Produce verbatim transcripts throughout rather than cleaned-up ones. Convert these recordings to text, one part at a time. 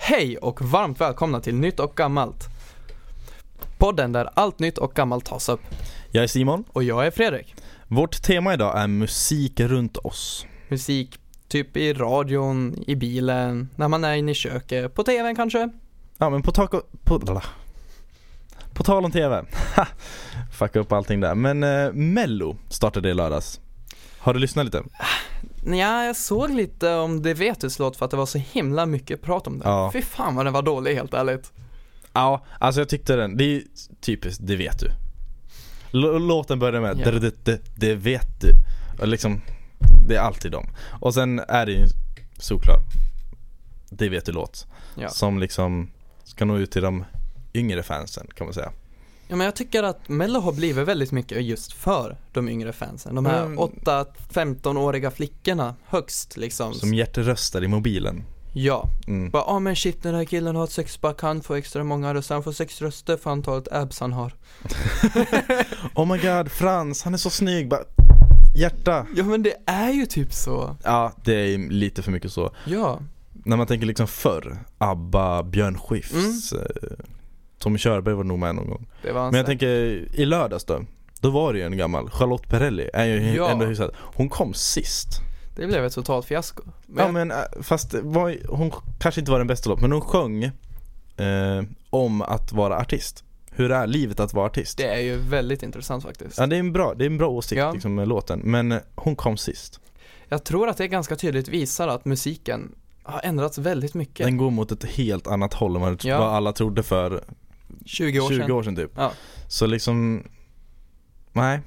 Hej och varmt välkomna till Nytt och Gammalt. Podden där allt nytt och gammalt tas upp. Jag är Simon. Och jag är Fredrik. Vårt tema idag är musik runt oss. Musik typ i radion, i bilen, när man är inne i köket, på tvn kanske. Ja, men på tak på, på tal om tv. Fucka upp allting där. Men eh, Mello startade i lördags. Har du lyssnat lite? Ja, jag såg lite om Det vet du slåt för att det var så himla mycket prat om det. Ja. Fy fan vad den var dålig, helt ärligt. Ja, alltså jag tyckte den. Det är typiskt, det vet du. L- låten börjar med Ja. det, det, det, det vet du. Och liksom, det är alltid dem. Och sen är det ju såklart det vet du låt. Ja. Som liksom ska nå ut till de yngre fansen, kan man säga. Ja, men jag tycker att Mello har blivit väldigt mycket just för de yngre fansen. De här Mm. åtta femton-åriga flickorna högst liksom. Som hjärteröstar i mobilen. Ja. Mm. Bara, ah, men shit, den här killen har ett sexpack, han får extra många röster, han får sex röster för antalet abs han har. Oh my god, Frans, han är så snygg. Bara, hjärta. Ja, men det är ju typ så. Ja, det är lite för mycket så. Ja. När man tänker liksom förr, Abba, Björn Skifs, mm. eh, Tommy Körberg var nog med någon gång. Det var Men jag tänker, i lördags då, då var det ju en gammal Charlotte Perrelli, är ju Ja. ändå hyfsat. Hon kom sist. Det blev ett totalt fiasko. Men Ja, men fast var, hon kanske inte var den bästa låt, men hon sjöng eh, om att vara artist. Hur är livet att vara artist? det är ju väldigt intressant faktiskt. Ja, det är en bra, det är en bra åsikt Ja. liksom, med låten. Men eh, hon kom sist. Jag tror att det ganska tydligt visar att musiken har ändrats väldigt mycket. Den går mot ett helt annat håll än vad, Ja. vad alla trodde för tjugo år sedan. tjugo år sedan typ. Ja. Så liksom, nej.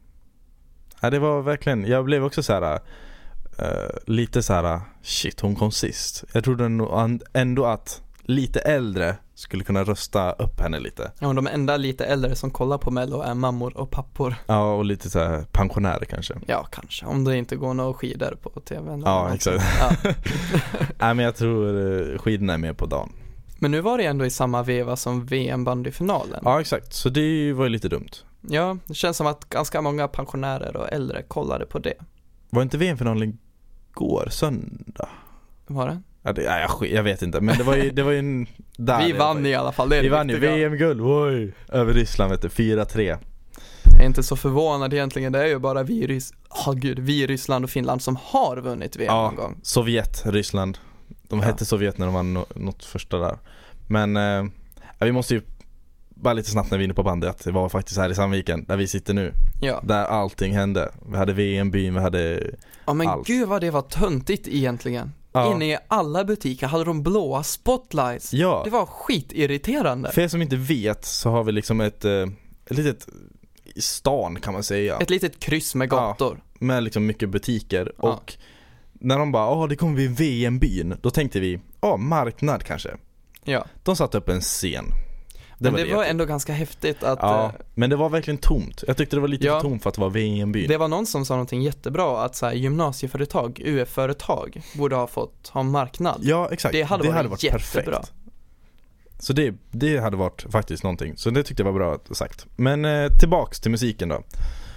Ja, det var verkligen, jag blev också så här uh, lite så här shit, hon kom sist. Jag trodde ändå, ändå att lite äldre skulle kunna rösta upp henne lite. Ja, men de enda lite äldre som kollar på Mello är mammor och pappor. Ja, och lite så här pensionärer kanske. Ja, kanske. Om det inte går några skidor på tvn. Ja, exakt. Ja. Nej, men jag tror uh, skidorna är med på dagen. Men nu var det ändå i samma veva som V M-bandyfinalen. Ja, exakt. Så det var ju lite dumt. Ja, det känns som att ganska många pensionärer och äldre kollade på det. Var inte V M-finalen igår, söndag? Var det? Ja, det, ja, jag, jag vet inte, men det var ju, det var ju en... Där, Vi vann i alla fall, det är Vi det vann ju viktiga. V M-guld, oj! Över Ryssland, vet du, fyra tre. Jag är inte så förvånad egentligen, det är ju bara vi, Rys- oh, Gud, vi Ryssland och Finland som har vunnit V M Ja, någon gång. Sovjet, Ryssland. De Ja. hette Sovjet när de vann no- något första där. Men eh, ja, vi måste ju bara lite snabbt när vi är inne på bandet, att det var faktiskt här i Sandviken, där vi sitter nu. Ja, Där allting hände. Vi hade V M-byn, vi hade... ja men allt. gud vad det var töntigt egentligen. Ja. Inne i alla butiker hade de blåa spotlights. Ja, Det var skitirriterande. för er som inte vet så har vi liksom ett, eh, ett litet stan kan man säga. Ett litet kryss med gator. Med liksom mycket butiker. Ja. Och när de bara, ja det kommer bli V M-byn, då tänkte vi, ja marknad kanske. Ja. De satte upp en scen. Det Men var det det var jag ändå ganska häftigt att Ja, eh, men det var verkligen tomt. Jag tyckte det var lite Ja. för tomt för att vara V M-byn. det var någon som sa någonting jättebra, att så här, gymnasieföretag, U F-företag borde ha fått ha marknad. Ja, exakt. Det hade varit jättebra. perfekt. Så det, det hade varit faktiskt någonting. Så det tyckte jag var bra sagt. Men eh, tillbaks till musiken då.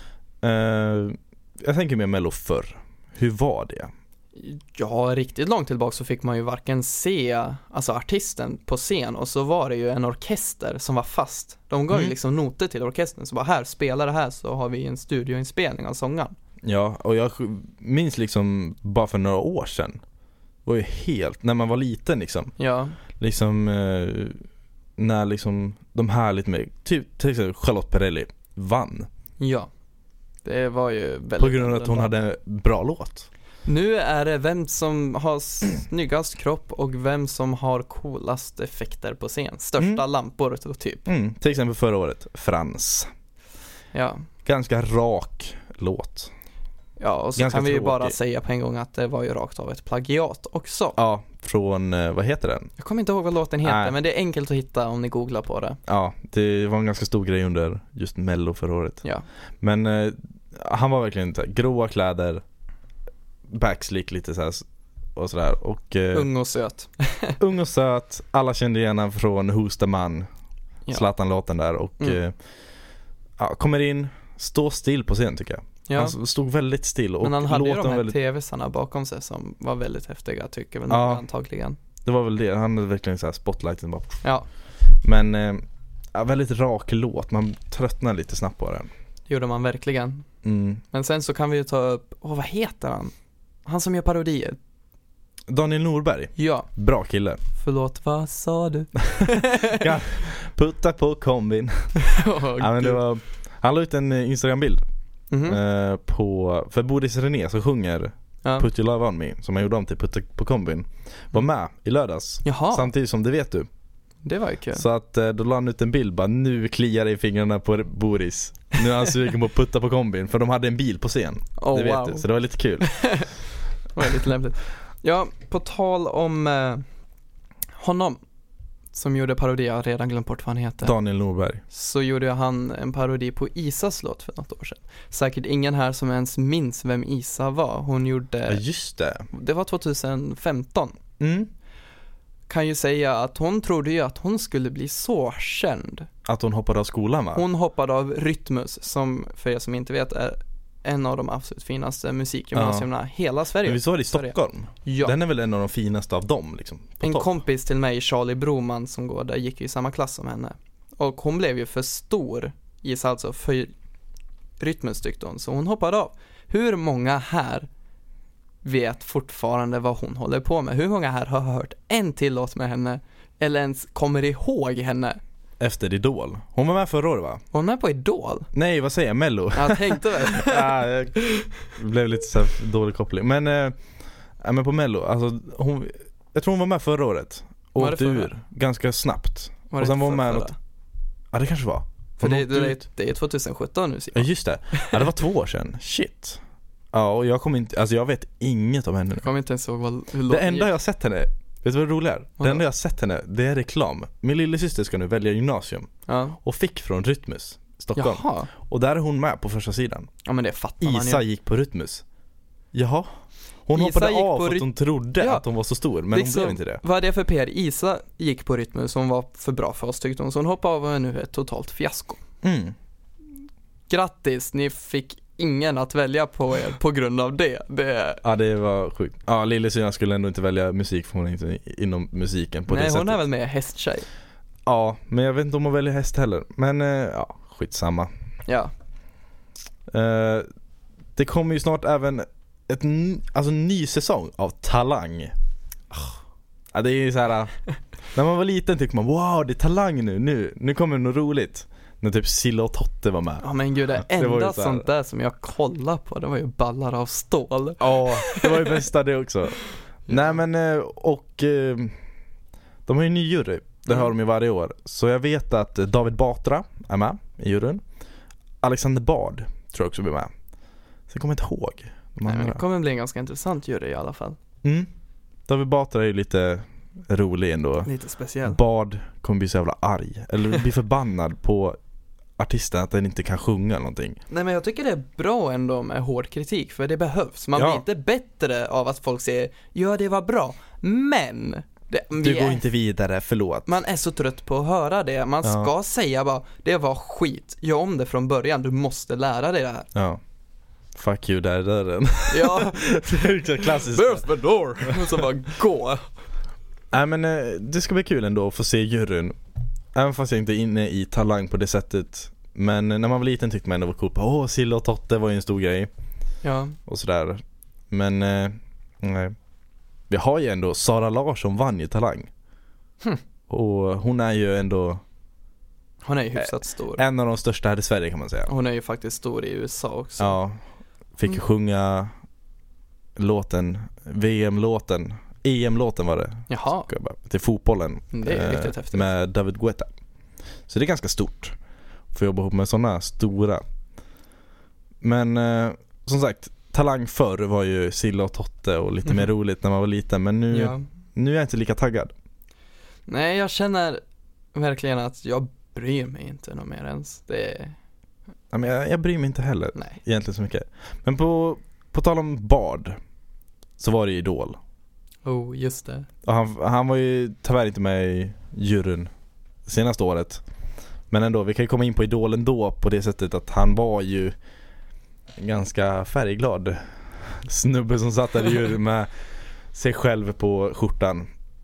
Eh, jag tänker mer Mello förr. Hur var det? Ja, riktigt långt tillbaka så fick man ju varken se alltså artisten på scen, och så var det ju en orkester som var fast. De gav Mm. ju liksom noter till orkestern, så bara här, spela det här så har vi en studioinspelning av sångaren. Ja, och jag minns liksom bara för några år sedan. Var ju helt, när man var liten liksom. Ja, Liksom eh, när liksom de här lite mer, typ till exempel Charlotte Perrelli vann. ja. Det var ju väldigt På grund av att hon annorlunda. hade bra låt. Nu är det vem som har snyggast kropp och vem som har coolast effekter på scen. Största Mm. lampor och typ. Mm, till exempel förra året, Frans. Ja. Ganska rak låt. Ja, och så Ganska kan vi ju tråkig. bara säga på en gång att det var ju rakt av ett plagiat också. Ja, från, eh, vad heter den? Jag kommer inte ihåg vad låten heter, Nej. men det är enkelt att hitta om ni googlar på det. Ja, det var en ganska stor grej under just Mello förra året. Ja. Men eh, han var verkligen så här, gråa kläder, backslick lite så här, och sådär. Och, eh, Ung och söt. ung och söt. Alla kände igen han från Who's the Man. Ja. Zlatan-låten där. Och Mm. eh, ja, kommer in, står still på scen tycker jag. Ja. Han stod väldigt still. Och Men han hade ju de låten här väldigt... tv-sarna bakom sig som var väldigt häftiga, tycker väl Ja. någon antagligen. det var väl det. Han hade verkligen så här spotlighten bara. Ja. Men eh, ja, väldigt rak låt. Man tröttnar lite snabbt på den. Det gjorde man verkligen. Mm. Men sen så kan vi ju ta upp, åh vad heter han? Han som gör parodier. Daniel Norberg. Ja. Bra kille. Förlåt, vad sa du? Ja, putta på kombin. oh, ja, men det var, han la ut en Instagram-bild mm-hmm. eh, på, för Bodis René som sjunger ja. Put Your Love On Me, som han gjorde om till Putta på kombin, var med i lördags. Jaha. Samtidigt som det vet du. Det var ju kul. Så att eh, då la han ut en bild, bara nu kliar det i fingrarna på Boris. Nu är han sugen på att putta på kombin, för de hade en bil på scen. Oh, det vet wow. du, så det var lite kul. Det var lite lämpligt. Ja, på tal om eh, honom som gjorde parodi, jag har redan glömt bort vad han heter. Daniel Norberg. Så gjorde han en parodi på Isas låt för något år sedan. Säkert ingen här som ens minns vem Isa var. Hon gjorde... Ja, just det. Det var tjugohundrafemton. Mm. Kan ju säga att hon trodde ju att hon skulle bli så känd. Att hon hoppade av skolan, va? Hon hoppade av Rytmus, som för er som inte vet är en av de absolut finaste musikgymnasierna ja. hela Sverige. Men vi såg det i Stockholm. Ja. Den är väl en av de finaste av dem liksom, en topp. kompis till mig, Charlie Broman, som går där, gick ju i samma klass som henne. Och hon blev ju för stor i alltså för Rytmus, tyckte hon. Så hon hoppade av. Hur många här vet fortfarande vad hon håller på med? Hur många här har hört en till låt med henne eller ens kommer ihåg henne? Efter Idol. Hon var med förra året, va? Hon är på Idol? Nej, vad säger jag? Mello. Jag tänkte väl. Ja, jag blev lite så här dålig koppling. Men, äh, men på Mello, alltså, hon, jag tror hon var med förra året. Och åkte ur ganska snabbt. Var och sen det var hon med förra? något... Ja, det kanske var. För det, det, det, det är tjugosjutton nu. Ja, just det. Ja, det var två år sedan. Shit. Ja, och jag kommer inte... Alltså, jag vet inget om henne nu. Jag kommer inte ens ihåg vad... Hur det enda jag har sett henne... Vet du vad det roliga är? Vad det enda jag har sett henne, det är reklam. Min lillasyster ska nu välja gymnasium. Ja. Och fick från Rytmus Stockholm. Jaha. Och där är hon med på första sidan. Ja, men det fattar man ju. Isa gick på Rytmus. Jaha. Hon Isa hoppade av på för ry- att hon trodde ja. att hon var så stor. Men liksom, hon blev inte det. Vad är det för P R? Isa gick på Rytmus, hon var för bra för oss, tyckte hon. Så hon hoppade av och nu är ett totalt fiasko. Mm. Grattis, ni fick ingen att välja på er på grund av det. det... Ja, det var sjukt. Ja, lillasyrran skulle ändå inte välja musik, för hon är inte inom musiken på Nej, det sättet. Nej, hon är väl med hästtjej. Ja, men jag vet inte om hon väljer häst heller. Men, eh, ja, skitsamma. Ja. Eh, det kommer ju snart även ett n- alltså ny säsong av Talang. Ja, det är ju så här. När man var liten tyckte man, wow, det är Talang nu, nu, nu kommer det något roligt. När typ Silla och Totte var med. Ja, men gud, det det enda sånt där som jag kollade på, det var ju Ballar av stål. Ja, det var ju bästa det också. Nej, men och de har ju en ny jury. Det har de ju varje år. Så jag vet att David Batra är med i juryn. Alexander Bard tror jag också blir med. Så jag kommer inte ihåg. De Nej, men det kommer bli en ganska intressant jury i alla fall. Mm. David Batra är ju lite rolig ändå. Lite speciell. Bard kommer bli så jävla arg. Eller bli förbannad på artisten att den inte kan sjunga någonting. Nej, men jag tycker det är bra ändå med hård kritik, för det behövs. Man ja. blir inte bättre av att folk säger, ja, det var bra, men det, du går är, inte vidare, förlåt. man är så trött på att höra det. Man ja. ska säga bara, det var skit, gör om det från början, du måste lära dig det här. Ja. Fuck you, där är dörren. Ja. Det är klassiskt. There's the door. Och så bara gå. Nej, men det ska bli kul ändå att få se juryn. Även fast jag inte är inne i Talang på det sättet. Men när man var liten tyckte man ändå var cool på, åh, Silla och Totte var ju en stor grej. Ja. Och sådär. Men eh, nej. Vi har ju ändå Sara Larsson vann ju Talang. Hm. Och hon är ju ändå Hon är ju hyfsat stor. en av de största här i Sverige, kan man säga. Hon är ju faktiskt stor i U S A också. Ja. Fick Mm. sjunga låten, V M-låten, E M-låten var det. Jaha. Till fotbollen. Det är riktigt häftigt. Med David Guetta. Så det är ganska stort. Få jobba ihop med sådana stora. Men eh, som sagt, Talang förr var ju Silla och Totte och lite Mm. mer roligt när man var liten. Men nu, Ja. nu är jag inte lika taggad. Nej, jag känner verkligen att jag bryr mig inte något mer ens. Det är... Ja, men jag, jag bryr mig inte heller. Nej. Egentligen så mycket. Men på, på tal om Bard så var det Idol. Oh, just det. Och han, han var ju tyvärr inte med i juryn senaste året. Men ändå, vi kan ju komma in på Idol ändå på det sättet att han var ju en ganska färgglad snubbe som satt där i juryn med sig själv på skjortan.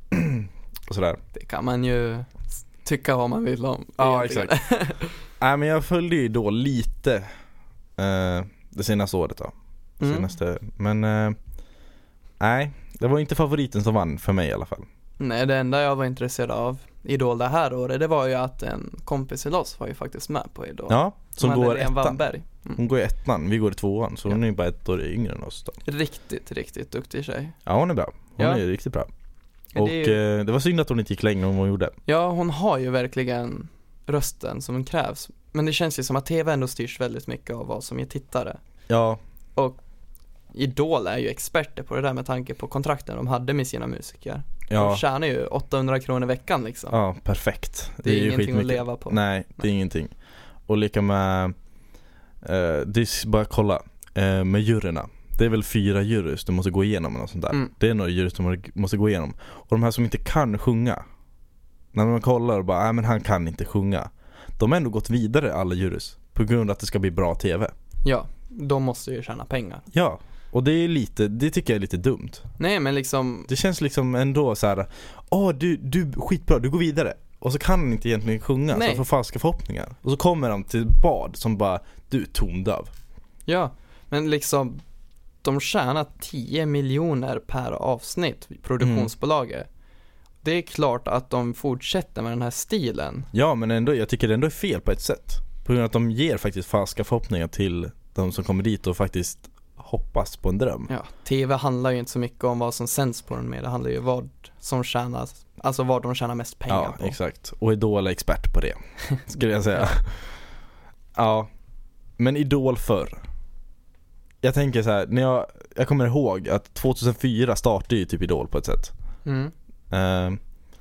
och sådär. Det kan man ju tycka vad man vill om. Ja, exakt. Nej, men jag följde ju då lite eh, det senaste året då. Det Mm. senaste. Men eh, nej, det var inte favoriten som vann för mig i alla fall. Nej, det enda jag var intresserad av Idol det här året, det var ju att en kompis till oss var ju faktiskt med på Idol. Ja, som går Madeleine ettan. Wannberg. Mm. Hon går i ettan, vi går i tvåan. Så Ja. hon är ju bara ett år yngre än oss då. Riktigt, riktigt duktig tjej. Ja, hon är bra. Hon Ja. är riktigt bra. Ja, Och det är ju- eh, det var synd att hon inte gick längre än vad hon gjorde. Ja, hon har ju verkligen rösten som krävs. Men det känns ju som att tv ändå styrs väldigt mycket av vad som är tittare. Ja, Och Idol är ju experter på det där med tanke på kontrakten de hade med sina musiker. De ja, tjänar ju åttahundra kronor i veckan liksom. ja, perfekt. Det är ju ingenting att skitmycket. leva på. Nej, det är ingenting. Och lika med eh, det är bara kolla eh, med juryerna. Det är väl fyra jurys du måste gå igenom och sånt där. Mm. Det är några jurys du måste gå igenom. Och de här som inte kan sjunga, när man kollar och bara, nej men han kan inte sjunga, de har ändå gått vidare alla jurys på grund av att det ska bli bra tv. Ja, de måste ju tjäna pengar. Ja, och det är lite, det tycker jag är lite dumt. Nej, men liksom, Det känns liksom ändå så här: åh du, du skitbra, du går vidare. Och så kan han inte egentligen sjunga, så Nej. han får falska förhoppningar. Och så kommer han till bad som bara, du är tondöv. ja, men liksom de tjänar tio miljoner per avsnitt, produktionsbolaget. Det är klart att de fortsätter med den här stilen. Ja, men ändå, jag tycker det ändå är fel på ett sätt. På grund av att de ger faktiskt falska förhoppningar till de som kommer dit och faktiskt hoppas på en dröm. Ja, tv handlar ju inte så mycket om vad som sänds på den med. Det handlar ju vad som tjänas, alltså vad de tjänar mest pengar Ja, på. exakt. Och Idol är expert på det, skulle jag säga. Ja, men Idol förr. Jag tänker så här, när jag, jag kommer ihåg att tjugohundrafyra startade ju typ Idol på ett sätt. Mm. Eh,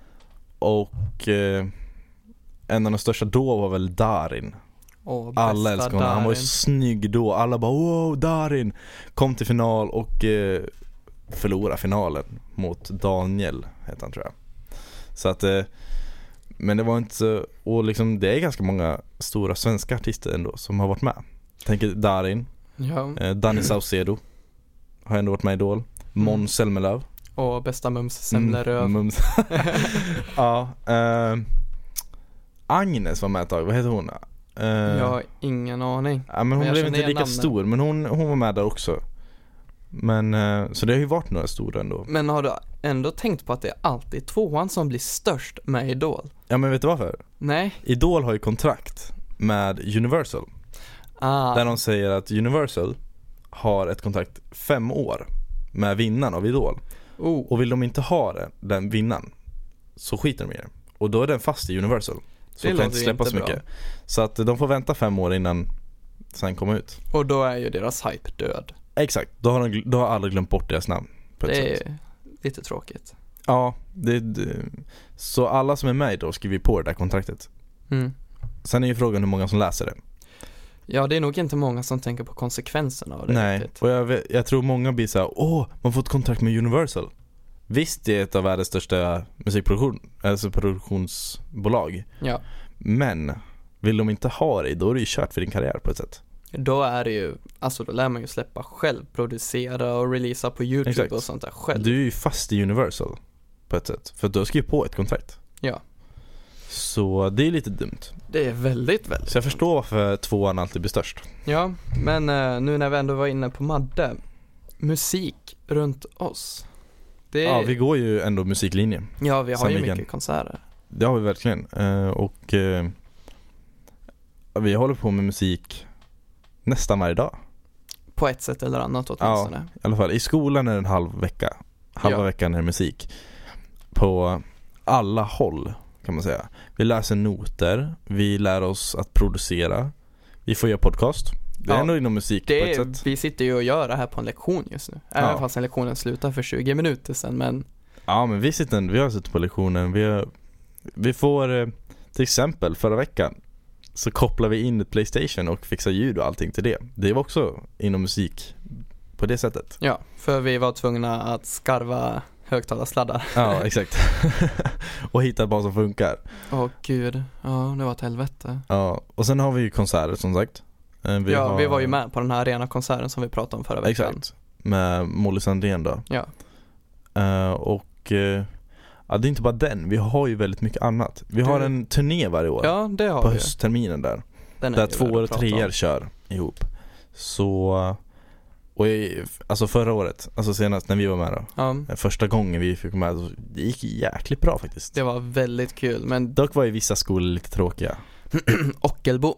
och eh, en av de största då var väl Darin. Och Alla älskar honom, han var ju Darin. snygg då. Alla bara, wow, Darin. Kom till final och eh, förlorade finalen mot Daniel, heter han tror jag. Så att eh, men det var inte så, och liksom det är ganska många stora svenska artister ändå som har varit med. Jag tänker Darin, Ja, eh, Danny Saucedo har ändå varit med i Idol. Måns Zelmerlöw. och bästa mums semleröv. Mm, mums. Ja, eh, Agnes var med ett tag, vad heter hon? Eh, Jag har ingen aning. ja, men hon men jag blev känner inte igen lika namnen. stor, men hon, hon var med där också. Men, eh, så det har ju varit några stora ändå. Men har du ändå tänkt på att det är alltid tvåan som blir störst med Idol? Ja, men vet du varför? Nej. Idol har ju kontrakt med Universal. Ah, Där de säger att Universal har ett kontrakt fem år med vinnaren av Idol. oh. Och vill de inte ha det, den vinnaren, så skiter de i det. Och då är den fast i Universal. Så Det de kan låter inte ju släppa inte så bra. mycket. Så att de får vänta fem år innan sen komma ut. Och då är ju deras hype död. Exakt, då har, de, då har alla glömt bort deras namn på ett Det sätt. är lite tråkigt. Ja, det, det, så alla som är med då skriver på det där kontraktet. Mm. Sen är ju frågan hur många som läser det. Ja, det är nog inte många som tänker på konsekvenserna av det. Nej, riktigt. och jag, vet- jag tror många blir så här: åh, man får ett kontrakt med Universal. Visst, det är ett av världens största musikproduktion, alltså produktionsbolag. Ja, Men vill de inte ha det, då är det ju kört för din karriär på ett sätt. då är det ju, alltså då lär man ju släppa själv, producera och releasa på YouTube Exakt. och sånt där själv. Du är ju fast i Universal på ett sätt, för du har skrivit på ett kontrakt. Ja, Så det är lite dumt. det är väldigt, väldigt. Så jag förstår varför tvåan alltid blir störst. Ja, men eh, nu när vi ändå var inne på Madde, musik runt oss. Det är, Ja, vi går ju ändå musiklinje. ja, vi har ju Sandviken. mycket konserter. Det har vi verkligen. Eh, och eh, vi håller på med musik nästan varje dag. På ett sätt eller annat Ja, åtminstone. i alla fall. I skolan är det en halv vecka. Halva Ja. veckan är det musik. På alla håll kan man säga. Vi läser noter. Vi lär oss att producera. Vi får göra podcast. Det är Ja, ändå inom musik Det på ett är, sätt. vi sitter ju och gör det här på en lektion just nu. Även Ja. fast en lektionen slutar för tjugo minuter sedan. Men Ja, men vi sitter, vi har suttit på lektionen. Vi, har, vi får eh, till exempel förra veckan så kopplar vi in ett PlayStation och fixar ljud och allting till det. Det var också inom musik på det sättet. ja, för vi var tvungna att skarva högtalarsladdar. Ja, exakt. Och hitta vad som funkar. Åh gud, ja det var ett helvete. Ja, och sen har vi ju konserter som sagt. Eh, Vi ja, har, vi var ju med på den här arenakonserten som vi pratade om förra veckan. Exakt. Med Molly Sandén då. Ja, Eh, och eh, Ja, det är inte bara den. Vi har ju väldigt mycket annat. Vi har Du- en turné varje år. Ja, det har På vi. höstterminen där. Den är Där ju två värd att och prata treor om. kör ihop. Så... Och i, alltså förra året, alltså senast när vi var med då. Ja, Första gången vi fick med, så det gick jäkligt bra faktiskt. det var väldigt kul. Men Dock var ju vissa skolor lite tråkiga. Ockelbo.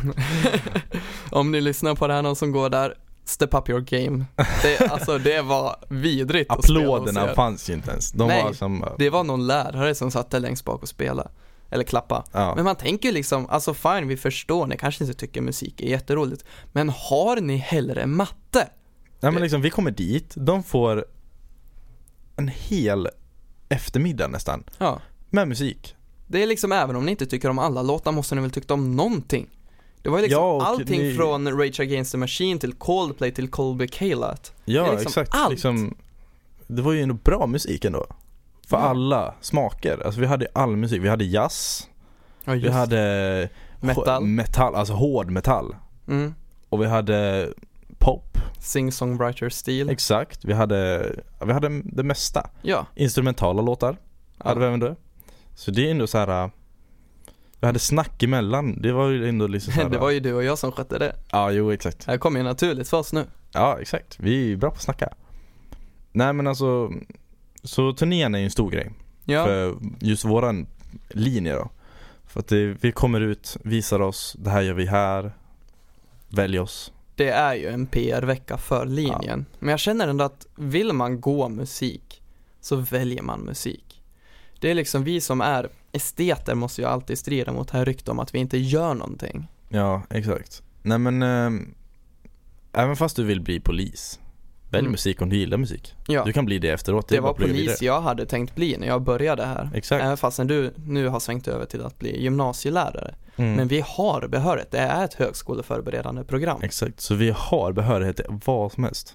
Om ni lyssnar på det här, någon som går där, step up your game. Det, alltså det var vidrigt att spela hos Applåderna er. fanns ju inte ens. De Nej, var som... Det var någon lärare som satt där längst bak och spelade. Eller klappa. Ja. Men man tänker ju liksom, alltså fine, vi förstår, ni kanske inte tycker musik är jätteroligt. Men har ni hellre matte? Nej men liksom, vi kommer dit, de får en hel eftermiddag nästan Ja. med musik. Det är liksom, även om ni inte tycker om alla låtar måste ni väl tycka om någonting. Det var ju liksom Ja, och allting ni- från Rage Against the Machine till Coldplay till Colby Callat. Ja, Det är liksom exakt. allt. Liksom, det var ju en bra musik ändå. För Ja. alla smaker. Alltså vi hade all musik. Vi hade jazz, Ja, vi hade Metal. hå- metall, alltså hård metall. Mm. Och vi hade pop, Sing Songwriter Stil. exakt. Vi hade, vi hade det mesta. Ja. Instrumentala låtar hade vi även det. Så det är ändå så här. Vi hade snack emellan. Det var ju ändå liksom så här. Det var ju du och jag som skötte det. Ja, jo, exakt. Det här kommer ju naturligt för oss nu. Ja, exakt. Vi är ju bra på att snacka. Nej, men alltså, så turnén är ju en stor grej. Ja. För just våran linje då. För att det, vi kommer ut, visar oss, det här gör vi här. Välj oss. Det är ju en P R-vecka för linjen. Men jag känner ändå att vill man gå musik så väljer man musik. Det är liksom vi som är esteter måste ju alltid strida mot det här ryktet om att vi inte gör någonting. Ja, exakt. Nej, men äh, även fast du vill bli polis, välj Mm. musik om du gillar musik. Ja, Du kan bli det efteråt. det är bara var att plugga polis vidare. jag hade tänkt bli när jag började här. Exakt. Även fast du nu har svängt över till att bli gymnasielärare. Mm. Men vi har behörighet. Det är ett högskoleförberedande program. Exakt, så vi har behörighet till vad som helst.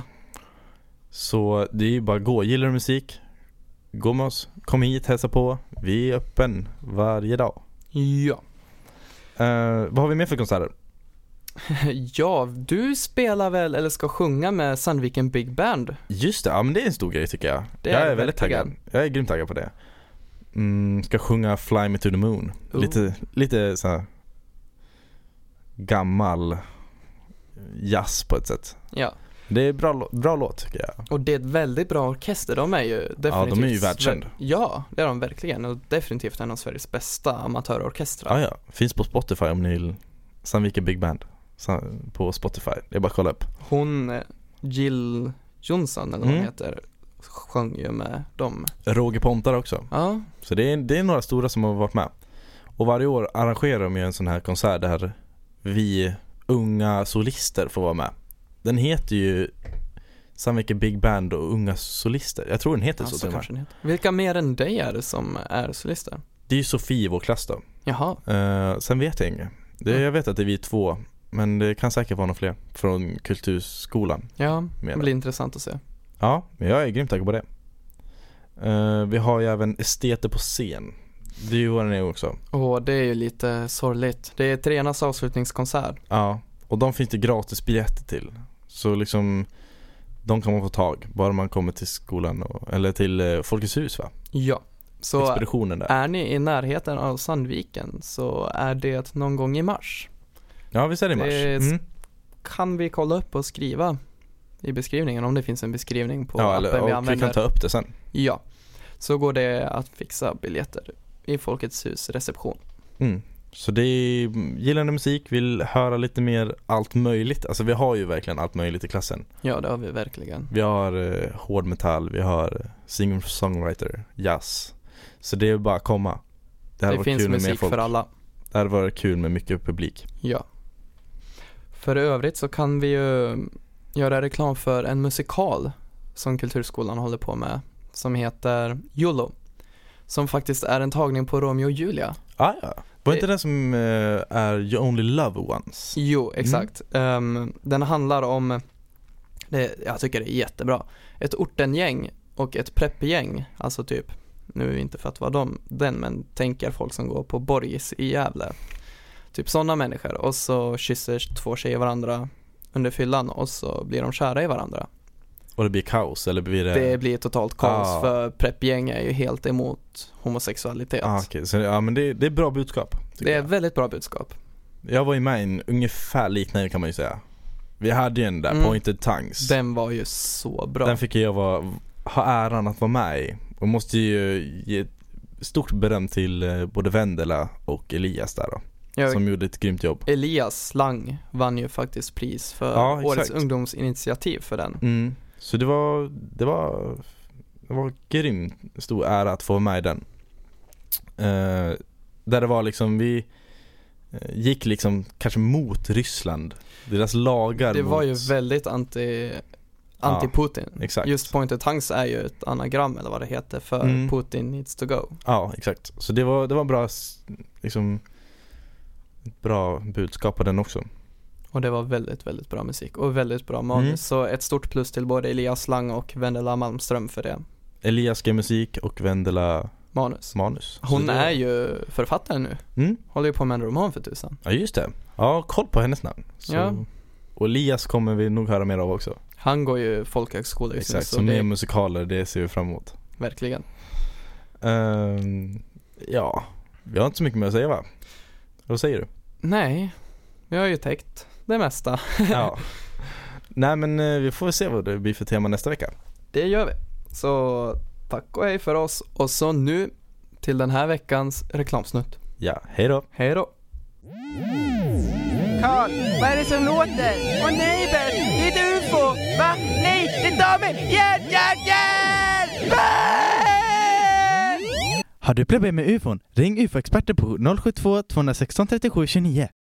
Så det är ju bara att gå. Gillar du musik? Gå med oss. Kom hit, hälsa på. Vi är öppen varje dag. Ja. Uh, vad har vi mer för konserter? Ja, du spelar väl eller ska sjunga med Sandviken Big Band? Just det, ja men det är en stor grej tycker jag. Det jag är är det väldigt verkligen. taggad. Jag är grymt taggad på det. Mm, ska sjunga Fly Me To The Moon. Oh. Lite, lite så här gammal jazz på ett sätt. Ja. Det är bra, lå- bra låt tycker jag. Och det är ett väldigt bra orkester. De är ju definitivt... Ja, de är ju världskända. Ja, det är de verkligen. Och definitivt en av Sveriges bästa amatörorkestrar. Ja, ja. Finns på Spotify om ni vill. Sandviken Big Band. Sa- På Spotify. Det är bara att kolla upp. Hon, eh, Jill Johnson eller vad hon Mm. heter, sjöng ju med dem. Roger Pontar också. Ja, Så det är, det är några stora som har varit med. Och varje år arrangerar de ju en sån här konsert där vi unga solister får vara med. Den heter ju Sandviken Big Band och unga solister. Jag tror den heter ja så så till och med. kanske den heter. Vilka mer än dig är det som är solister? Det är ju Sofie i vår klass då. Jaha, Uh, sen vet jag inget. Det, Mm. jag vet att det är vi två. Men det kan säkert vara några fler från kulturskolan. ja, Mer det då. blir intressant att se. Ja, men jag är grymt taggad på det. Uh, vi har ju även esteter på scen. Det är ju vad den är också. Och det är ju lite sorgligt. Det är Trenas avslutningskonsert. Ja, och de finns det gratis biljetter till. Så liksom de kan man få tag bara man kommer till skolan och, eller till eh, Folkets hus va? Ja, så Expeditionen där. är ni i närheten av Sandviken så är det någon gång i mars. Ja, visst är det i mars. det är- Mm. Kan vi kolla upp och skriva i beskrivningen om det finns en beskrivning på Ja, eller appen vi och vi använder. kan ta upp det sen. Ja, så går det att fixa biljetter i Folkets hus reception. Mm. Så det är gillande musik, vill höra lite mer allt möjligt. Alltså vi har ju verkligen allt möjligt i klassen. Ja, det har vi verkligen. Vi har eh, hård metall, vi har eh, singer-songwriter, jazz. Så det är bara att komma. Det, hade Det varit finns kul med mer musik folk. för alla. Det hade varit kul med mycket publik. Ja. För övrigt så kan vi ju göra reklam för en musikal som Kulturskolan håller på med som heter YOLO. Som faktiskt är en tagning på Romeo och Julia. Ah, ja. Var Det- inte den som eh, är You Only Love Once? Jo, exakt. Ehm, den handlar om, det, jag tycker det är jättebra, ett ortengäng och ett preppgäng, alltså typ, nu inte för att vara dem, den, men tänker folk som går på Borgis i Gävle. Typ sådana människor, och så kysser två tjejer varandra under fyllan och så blir de kära i varandra. Och det blir kaos, eller blir det... Det blir totalt kaos, ah. för preppgäng är ju helt emot homosexualitet. Ah, okay. Så, ja, men det, det är bra budskap. Det är jag. väldigt bra budskap. Jag var ju med i en ungefär liknande, kan man ju säga. Vi hade ju en där, mm. Pointed Tongues. Den var ju så bra. Den fick jag vara, ha äran att vara med i. Och måste ju ge stort beröm till både Vendela och Elias där då. Ja, som gjorde ett grymt jobb. Elias Lang vann ju faktiskt pris för ja, årets ungdomsinitiativ för den. Mm. Så det var, det var det var grymt stor ära att få med i den. Uh, där det var liksom, vi uh, gick liksom kanske mot Ryssland. Deras lagar. Det mot... var ju väldigt anti anti-Putin. Ja, exakt. Just Pointed Tongues är ju ett anagram eller vad det heter för mm. Putin needs to go. Ja, exakt. Så det var, det var bra liksom ett bra budskap på den också. Och det var väldigt, väldigt bra musik och väldigt bra manus. Mm. Så ett stort plus till både Elias Lang och Vendela Malmström för det. Elias skrev musik och Vendela manus. manus. Hon är ju författare nu. Mm. Håller ju på med en roman för tusan. Ja, just det. Ja, koll på hennes namn. Så... Ja. Och Elias kommer vi nog höra mer av också. Han går ju folkhögskola. Exakt, så, så mer det... musikaler, det ser vi fram emot. Verkligen. Um, ja, vi har inte så mycket mer att säga, va? Vad säger du? Nej, vi har ju täckt det mesta. Ja. Nej, men vi får se vad det blir för tema nästa vecka. Det gör vi. Så tack och hej för oss. Och så nu till den här veckans reklamsnutt. Ja, hej då. Hej då. Karl, vad är det som låter? Åh nej, Bert, det är ett U F O! Va? Nej, det är damer! Hjälp, hjälp, hjälp! Har du problem med U F O? Ring U F O-experter på noll sju två, två ett sex, tre sju två nio.